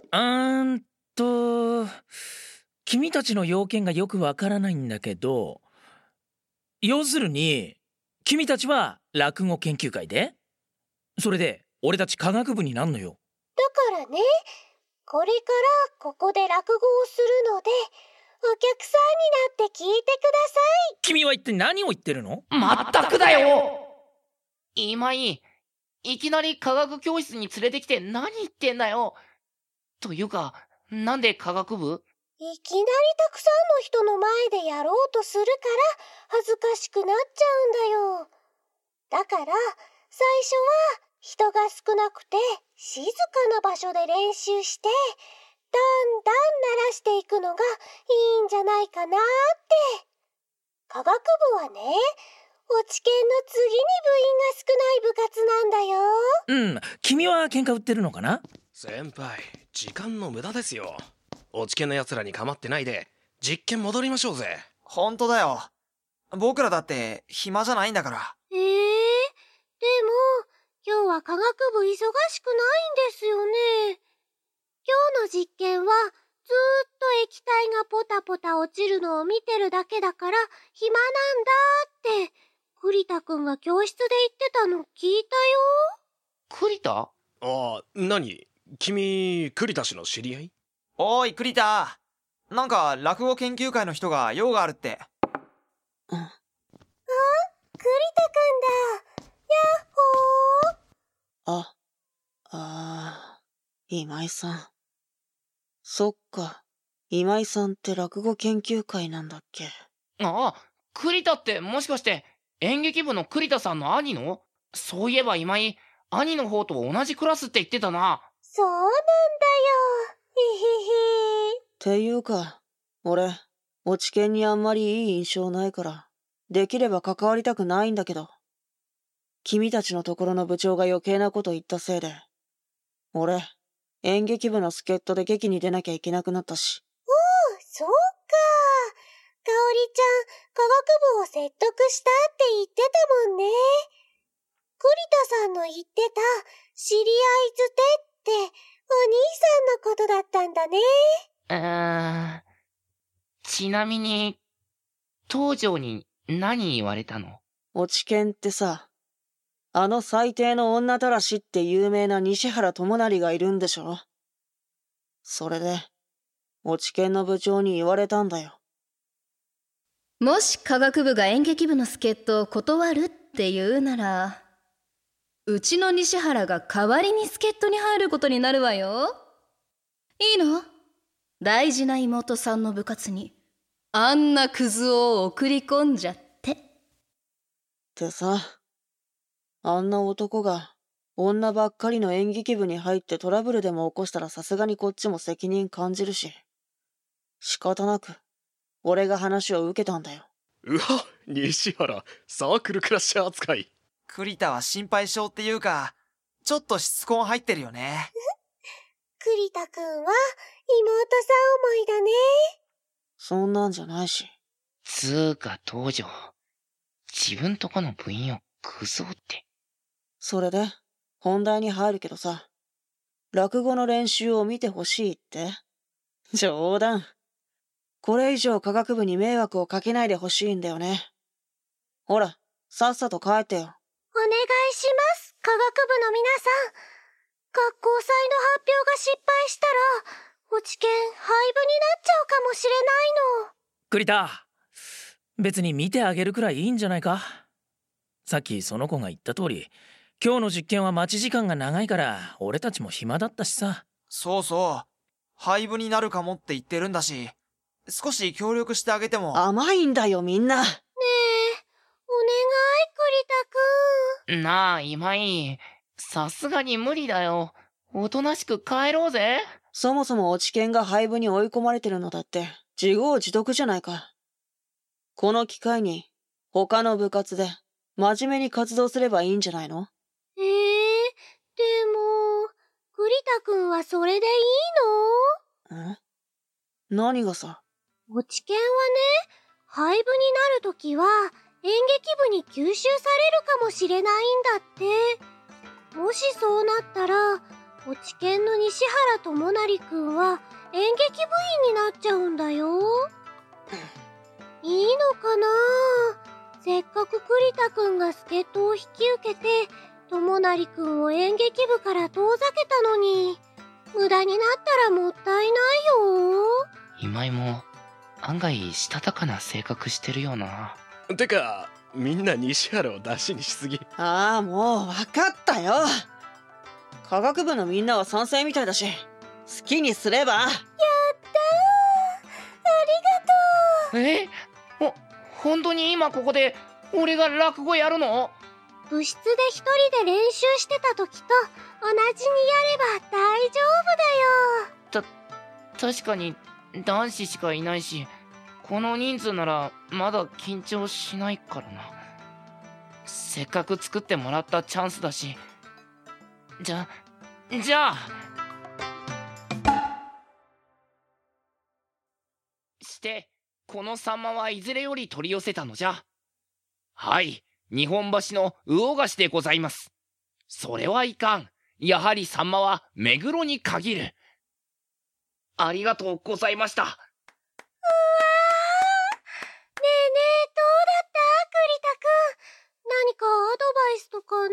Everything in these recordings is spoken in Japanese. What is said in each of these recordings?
ーんと、君たちの要件がよくわからないんだけど、要するに、君たちは落語研究会で、それで俺たち科学部になんのよ。 だからね、これからここで落語をするので、お客さんになって聞いてください。 君は一体何を言ってるの？ まったくだよ。今井、いきなり科学教室に連れてきて何言ってんだよ。というか、なんで科学部？ いきなりたくさんの人の前でやろうとするから恥ずかしくなっちゃうんだよ。だから最初は人が少なくて静かな場所で練習して、だんだん慣らしていくのがいいんじゃないかなって。科学部はね、落ち研の次に部員が少ない部活なんだよ。 君は喧嘩売ってるのかな？ 先輩、時間の無駄ですよ。落ち研の奴らに構ってないで実験戻りましょうぜ。 ほんとだよ。僕らだって暇じゃないんだから。 でも今日は科学部忙しくないんですよね。今日の実験はずーっと液体がポタポタ落ちるのを見てるだけだから暇なんだって栗田くんが教室で言ってたの聞いたよ。 栗田？ ああ、何？君、栗田氏の知り合い？ おい、栗田。なんか落語研究会の人が用があるって。 栗田くんだ。やっほー。 今井さん。そっか。今井さんって落語研究会なんだっけ。 ああ、栗田ってもしかして演劇部の栗田さんの兄の？そういえば今井、兄の方と同じクラスって言ってたな。 そうなんだよ。 っていうか、俺、落ち研にあんまりいい印象ないから、できれば関わりたくないんだけど、君たちのところの部長が余計なこと言ったせいで、俺、演劇部の助っ人で劇に出なきゃいけなくなったし。 そうか。かおりちゃん、科学部を説得したって言ってたもんね。栗田さんの言ってた知り合いづてってお兄さんのことだったんだね。 ちなみに、東條に何言われたの？ 落ち研ってさ、あの最低の女たらしって有名な西原智成がいるんでしょ？それで、落ち研の部長に言われたんだよ。 もし科学部が演劇部の助っ人を断るって言うなら、うちの西原が代わりに助っ人に入ることになるわよ。いいの？大事な妹さんの部活にあんなクズを送り込んじゃって。 ってさ、あんな男が女ばっかりの演劇部に入ってトラブルでも起こしたらさすがにこっちも責任感じるし、仕方なく俺が話を受けたんだよ。 うわ、西原、サークルクラッシャー扱い。 栗田は心配性っていうか、ちょっとしつこん入ってるよね。 栗田くんは妹さん思いだね。 そんなんじゃないし。 つーか東條、自分とこの部員をクズって。 それで、本題に入るけどさ、落語の練習を見てほしいって？冗談。これ以上科学部に迷惑をかけないでほしいんだよね。ほら、さっさと帰ってよ。 お願いします、科学部の皆さん。学校祭の発表が失敗したら、落ち研廃部になっちゃうかもしれないの。 栗田、別に見てあげるくらいいいんじゃないか？さっきその子が言った通り、今日の実験は待ち時間が長いから俺たちも暇だったしさ。 そうそう。廃部になるかもって言ってるんだし、少し協力してあげても。 甘いんだよみんな。 ねえ、お願い栗田くん。 なあ今井、さすがに無理だよ。おとなしく帰ろうぜ。 そもそも落ち研が廃部に追い込まれてるのだって自業自得じゃないか。この機会に他の部活で真面目に活動すればいいんじゃないの？ でも栗田くんはそれでいいの？ 何がさ？ 落ち研はね、廃部になるときは演劇部に吸収されるかもしれないんだって。もしそうなったら、落落研の西原智成くんは演劇部員になっちゃうんだよ。いいのかな。せっかく栗田くんが助っ人を引き受けて智成くんを演劇部から遠ざけたのに、無駄になったらもったいないよ。 今井も案外したたかな性格してるよな。 てかみんな西原を出しにしすぎ。 ああ、もう分かったよ。科学部のみんなは賛成みたいだし、好きにすれば。 やったー、ありがとう。 本当に今ここで俺が落語やるの？ 部室で一人で練習してた時と同じにやれば大丈夫だよ。 確かに男子しかいないし、この人数ならまだ緊張しないからな。せっかく作ってもらったチャンスだし。じゃあしてこのサンマはいずれより取り寄せたのじゃ。はい、日本橋の魚菓子でございます。それはいかん。やはりサンマは目黒に限る。ありがとうございました。 うわー、ねえねえ、どうだった栗田くん。何かアドバイスとかない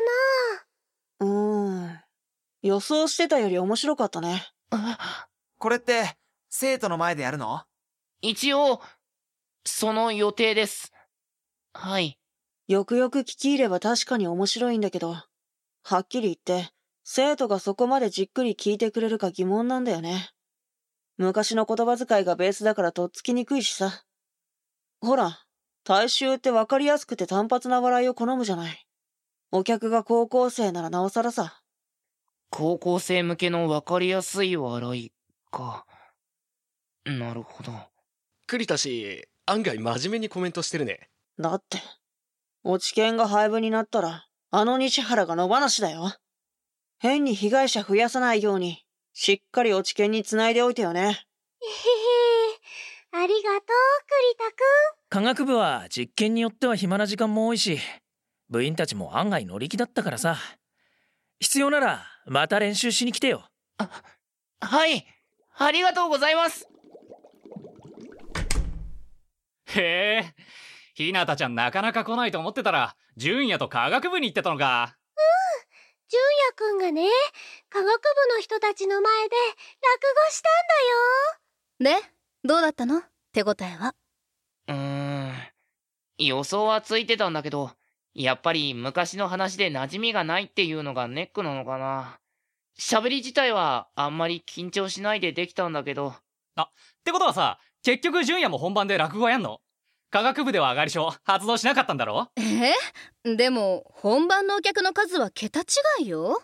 かな。 予想してたより面白かったね。 これって生徒の前でやるの？ 一応その予定です。はい。 よくよく聞き入れば確かに面白いんだけど、はっきり言って生徒がそこまでじっくり聞いてくれるか疑問なんだよね。昔の言葉遣いがベースだからとっつきにくいしさ。ほら、大衆って分かりやすくて単発な笑いを好むじゃない。お客が高校生ならなおさらさ。 高校生向けの分かりやすい笑いか。なるほど。 栗田氏案外真面目にコメントしてるね。 だって落研が廃部になったらあの西原が野放しだよ。変に被害者増やさないようにしっかり落研に繋いでおいてよね。 へへへ、ありがとう栗田く科学部は実験によっては暇な時間も多いし、部員たちも案外乗り気だったからさ。必要ならまた練習しに来てよ。 はい、ありがとうございます。 へえ、ひなたちゃんなかなか来ないと思ってたら純也と科学部に行ってたのか。 純也くんがね、科学部の人たちの前で落語したんだよ。 で、どうだったの？手応えは。 予想はついてたんだけど、やっぱり昔の話で馴染みがないっていうのがネックなのかな。喋り自体はあんまり緊張しないでできたんだけど。 ってことはさ、結局純也も本番で落語やんの？科学部では上がり症発動しなかったんだろ？ でも本番のお客の数は桁違いよ。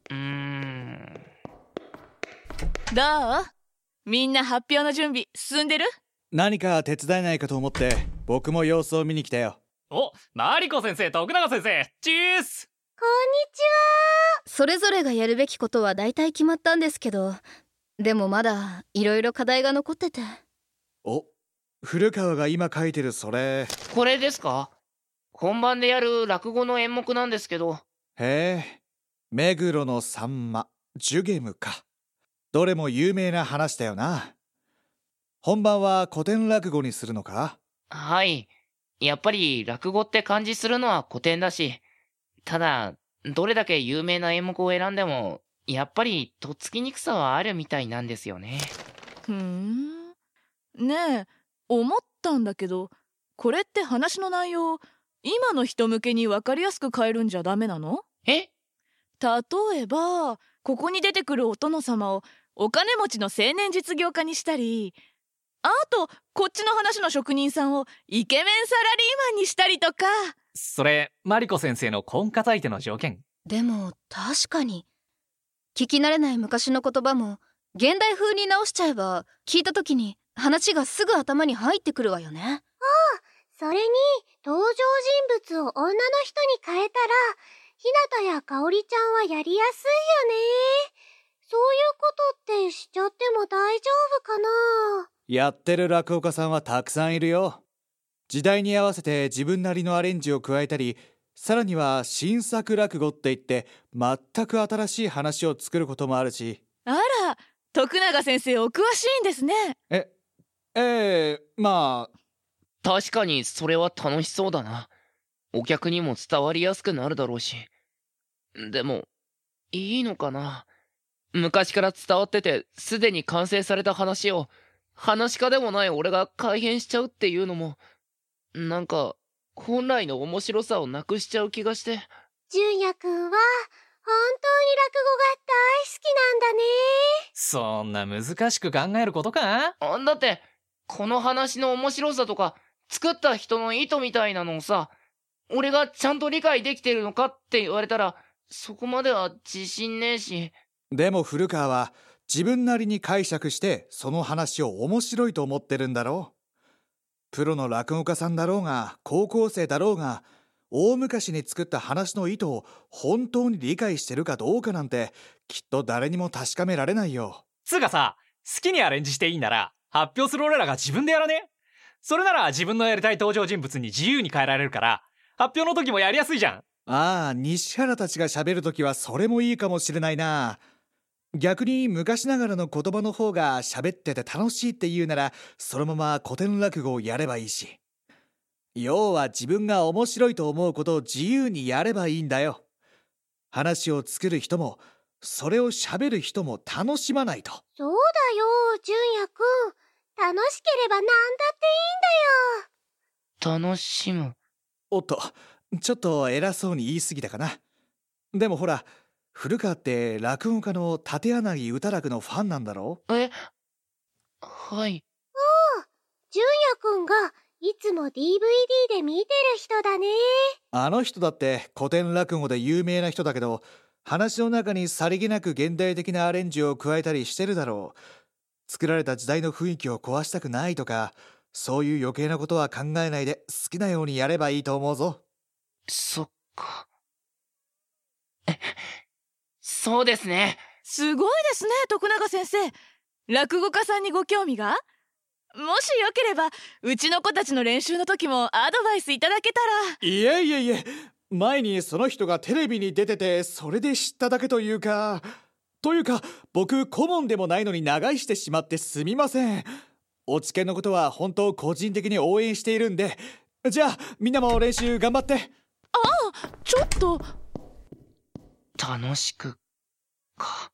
どう？みんな発表の準備進んでる？ 何か手伝えないかと思って僕も様子を見に来たよ。 お、マリコ先生、徳永先生、チース。 こんにちは。 それぞれがやるべきことは大体決まったんですけど、でもまだいろいろ課題が残ってて。 お、古川が今書いてるそれ。 これですか？本番でやる落語の演目なんですけど。 へえ、目黒のさんま、ジュゲムか。どれも有名な話だよな。本番は古典落語にするのか？ はい。やっぱり落語って感じするのは古典だし、ただ、どれだけ有名な演目を選んでも、やっぱりとっつきにくさはあるみたいなんですよね。 ねえ、思ったんだけど、これって話の内容、今の人向けに分かりやすく変えるんじゃダメなの？例えば、ここに出てくるお殿様をお金持ちの青年実業家にしたり、あとこっちの話の職人さんをイケメンサラリーマンにしたりとか。 それマリコ先生の婚活相手の条件。 でも確かに聞き慣れない昔の言葉も現代風に直しちゃえば、聞いた時に話がすぐ頭に入ってくるわよね。 ああ、それに登場人物を女の人に変えたら、ひなたやかおりちゃんはやりやすいよね。そういうことってしちゃっても大丈夫かな？ やってる落語家さんはたくさんいるよ。時代に合わせて自分なりのアレンジを加えたり、 さらには新作落語って言って全く新しい話を作ることもあるし。 あら、徳永先生お詳しいんですね。 まあ確かにそれは楽しそうだな。お客にも伝わりやすくなるだろうし。でもいいのかな。昔から伝わっててすでに完成された話を話し家でもない俺が改変しちゃうっていうのもなんか本来の面白さをなくしちゃう気がして。 純也くんは本当に落語が大好きなんだね。 そんな難しく考えることか？ だってこの話の面白さとか作った人の意図みたいなのをさ、俺がちゃんと理解できてるのかって言われたらそこまでは自信ねえし。 でも古川は自分なりに解釈してその話を面白いと思ってるんだろう。プロの落語家さんだろうが高校生だろうが、大昔に作った話の意図を本当に理解してるかどうかなんてきっと誰にも確かめられないよ。 つうかさ、好きにアレンジしていいんなら発表する俺らが自分でやらね？それなら自分のやりたい登場人物に自由に変えられるから発表の時もやりやすいじゃん。 ああ、西原たちが喋る時はそれもいいかもしれないな。逆に昔ながらの言葉の方が喋ってて楽しいって言うならそのまま古典落語をやればいいし。要は自分が面白いと思うことを自由にやればいいんだよ。話を作る人もそれを喋る人も楽しまないと。 そうだよ、純也くん。楽しければなんだっていいんだよ。 楽しむ。 おっと、ちょっと偉そうに言い過ぎたかな。でもほら、古川って落語家の立柳歌楽のファンなんだろ？ はい。 純也くんがいつも DVD で見てる人だね。 あの人だって古典落語で有名な人だけど、話の中にさりげなく現代的なアレンジを加えたりしてるだろう。作られた時代の雰囲気を壊したくないとか、そういう余計なことは考えないで好きなようにやればいいと思うぞ。 そっか。そうですね。 すごいですね、徳永先生。落語家さんにご興味が？もしよければうちの子たちの練習の時もアドバイスいただけたら。 いえ、前にその人がテレビに出ててそれで知っただけというか僕顧問でもないのに長居してしまってすみません。落研のことは本当個人的に応援しているんで。じゃあみんなも練習頑張って。 ああ、ちょっと。 楽しくか。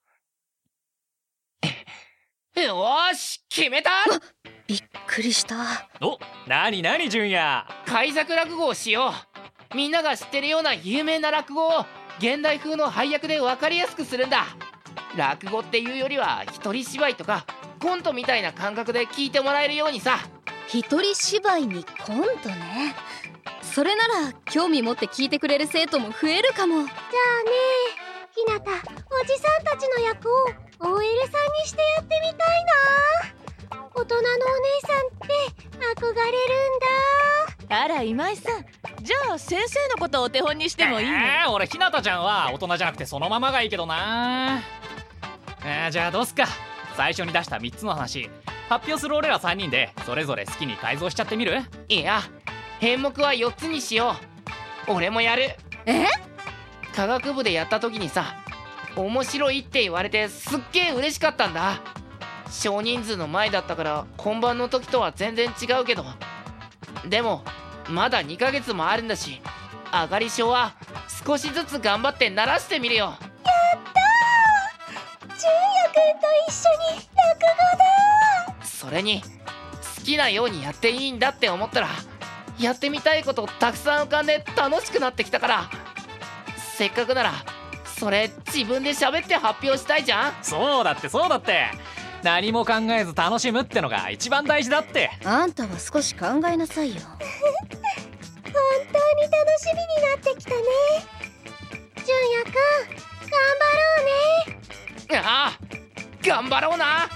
よーし、決めた。 びっくりした。 お、なに純也。 改作落語をしよう。みんなが知ってるような有名な落語を現代風の配役で分かりやすくするんだ。落語っていうよりは一人芝居とかコントみたいな感覚で聞いてもらえるようにさ。 一人芝居にコントね。それなら興味持って聞いてくれる生徒も増えるかも。 じゃあね、ひなた、おじさんたちの役を OL さんにしてやってみたいな。大人のお姉さんって憧れるんだ。 あら、今井さん、じゃあ先生のことをお手本にしてもいいの？ 俺ひなたちゃんは大人じゃなくてそのままがいいけどな。じゃあどうすっか。最初に出した3つの話発表する俺ら3人でそれぞれ好きに改造しちゃってみる？ いや、編目は4つにしよう。俺もやる。科学部でやった時にさ、面白いって言われてすっげえ嬉しかったんだ。少人数の前だったから本番の時とは全然違うけど、でもまだ2ヶ月もあるんだし、上がり症は少しずつ頑張って慣らしてみるよ。 やったー、純也くんと一緒に落語だ。 それに好きなようにやっていいんだって思ったらやってみたいことたくさん浮かんで楽しくなってきたから、せっかくならそれ自分で喋って発表したいじゃん。 そうだって何も考えず楽しむってのが一番大事だって。 あんたは少し考えなさいよ。 本当に楽しみになってきたね。純也くん、頑張ろうね。 ああ、頑張ろうな。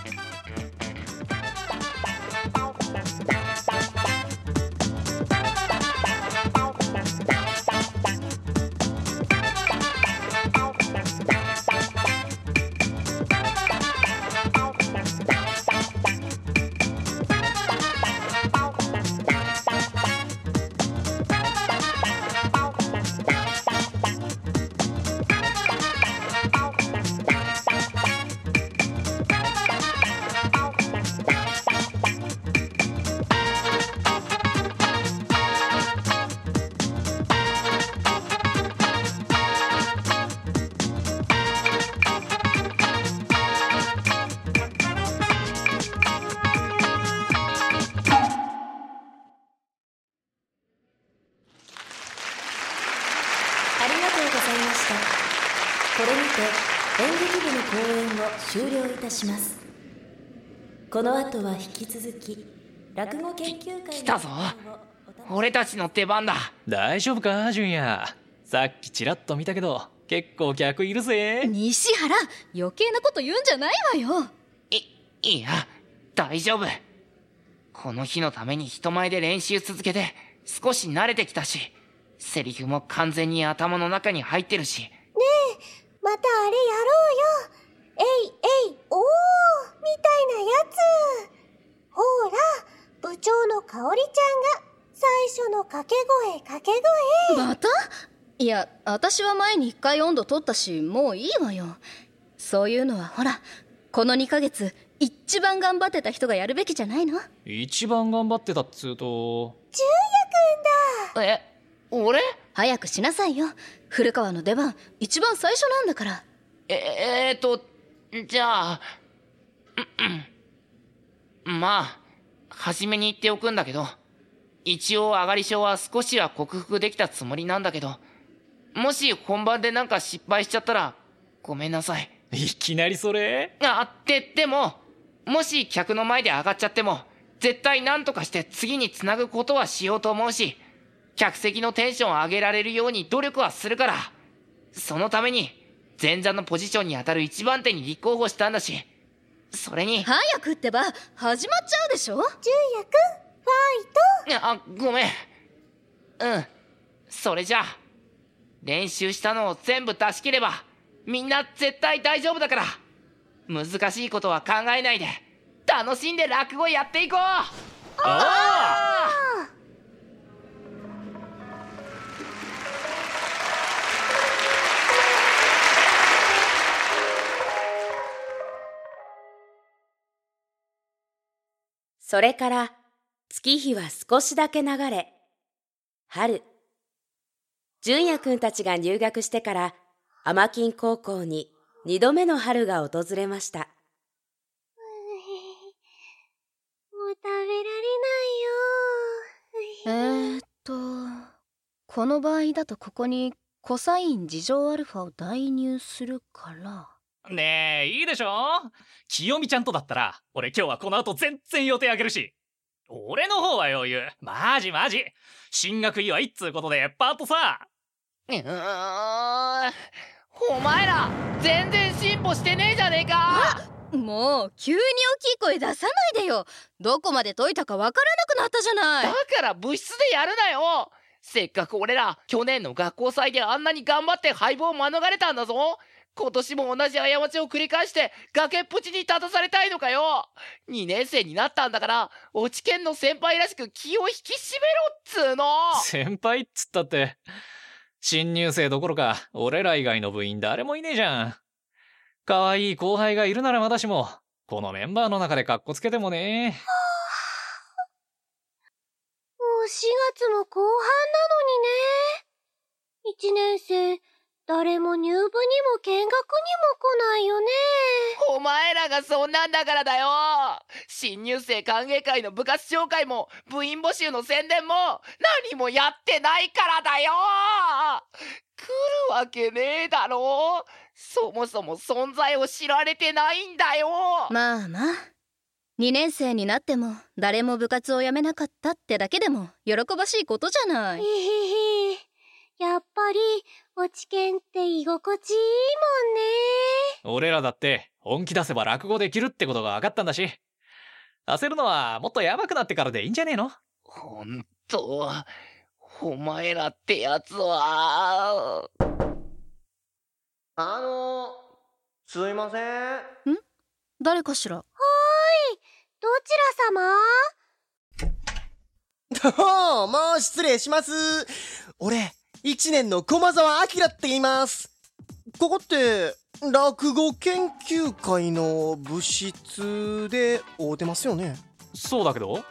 れにて演劇部の公演を終了いたします。この後は引き続き落語研究会来たぞ。俺たちの出番だ。 大丈夫か純也。さっきちらっと見たけど結構客いるぜ。 西原、余計なこと言うんじゃないわよ。 いや大丈夫。この日のために人前で練習続けて少し慣れてきたし、セリフも完全に頭の中に入ってるし。 ねえ、またあれやろうよ。えいえいおーみたいなやつ。ほら、部長の香織ちゃんが最初の掛け声。 また？いや、私は前に1回温度取ったし、もういいわよ。そういうのはほら、この2ヶ月一番頑張ってた人がやるべきじゃないの？ 一番頑張ってたっつうと純也くんだ。 俺？ 早くしなさいよ。古川の出番一番最初なんだから。 じゃあまあ初めに言っておくんだけど、一応上がり症は少しは克服できたつもりなんだけど、もし本番でなんか失敗しちゃったらごめんなさい。 いきなりそれ？ でももし客の前で上がっちゃっても絶対何とかして次につなぐことはしようと思うし、客席のテンションを上げられるように努力はするから。そのために前座のポジションに当たる一番手に立候補したんだし、それに早くってば始まっちゃうでしょ。純也くんファイト。ごめん。それじゃあ練習したのを全部出し切ればみんな絶対大丈夫だから、難しいことは考えないで楽しんで落語やっていこう。 それから月日は少しだけ流れ、春、純也くんたちが入学してから天金高校に2度目の春が訪れました。 もう食べられないよ。 この場合だとここにコサイン事乗アルファを代入するから。 ねえ、いいでしょ。清美ちゃんとだったら俺今日はこの後全然予定あげるし、俺の方は余裕。マジ進学祝いっつうことでパートさ。 お前ら全然進歩してねえじゃねえか。 もう急に大きい声出さないでよ。どこまで解いたかわからなくなったじゃない。 だから部室でやるなよ。せっかく俺ら去年の学校祭であんなに頑張って敗北を免れたんだぞ。今年も同じ過ちを繰り返して崖っぷちに立たされたいのかよ。2年生になったんだから落ち研の先輩らしく気を引き締めろっつーの。 先輩っつったって新入生どころか俺ら以外の部員誰もいねえじゃん。可愛い後輩がいるならまだしも、このメンバーの中でカッコつけてもね。 もう4月も後半なのにね。1年生誰も入部にも見学にも来ないよね。 お前らがそんなんだからだよ。新入生歓迎会の部活紹介も部員募集の宣伝も何もやってないからだよ。来るわけねえだろ。そもそも存在を知られてないんだよ。 まあ2年生になっても誰も部活を辞めなかったってだけでも喜ばしいことじゃない。 やっぱり落ち研って居心地いいもんね。 俺らだって本気出せば落語できるってことが分かったんだし、焦るのはもっとヤバくなってからでいいんじゃねえの。 ほんとお前らってやつは。 すいません。 誰かしら。 はーい、どちら様？もう失礼します。俺1年の駒沢明って言います。ここって落語研究会の部室で会うてますよね。 そうだけど。うわ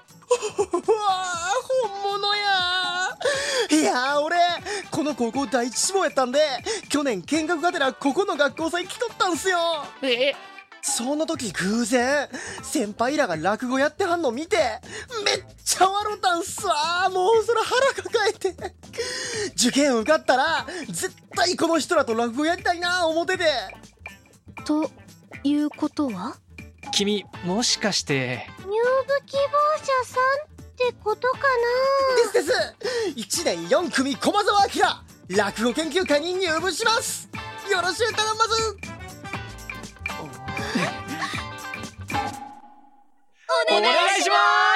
本物や。いや俺この高校第一志望やったんで、去年見学がてらここの学校祭来とったんすよ。 その時偶然先輩らが落語やってはんの見てめっちゃ笑ったんすわ。もうそれ腹抱えて受験受かったら絶対この人らと落語やりたいな思ってて。 ということは、 君もしかして入部希望者さんってことかな。 です1年4組駒沢明落語研究会に入部します。よろしゅう頼んます。 お願いします。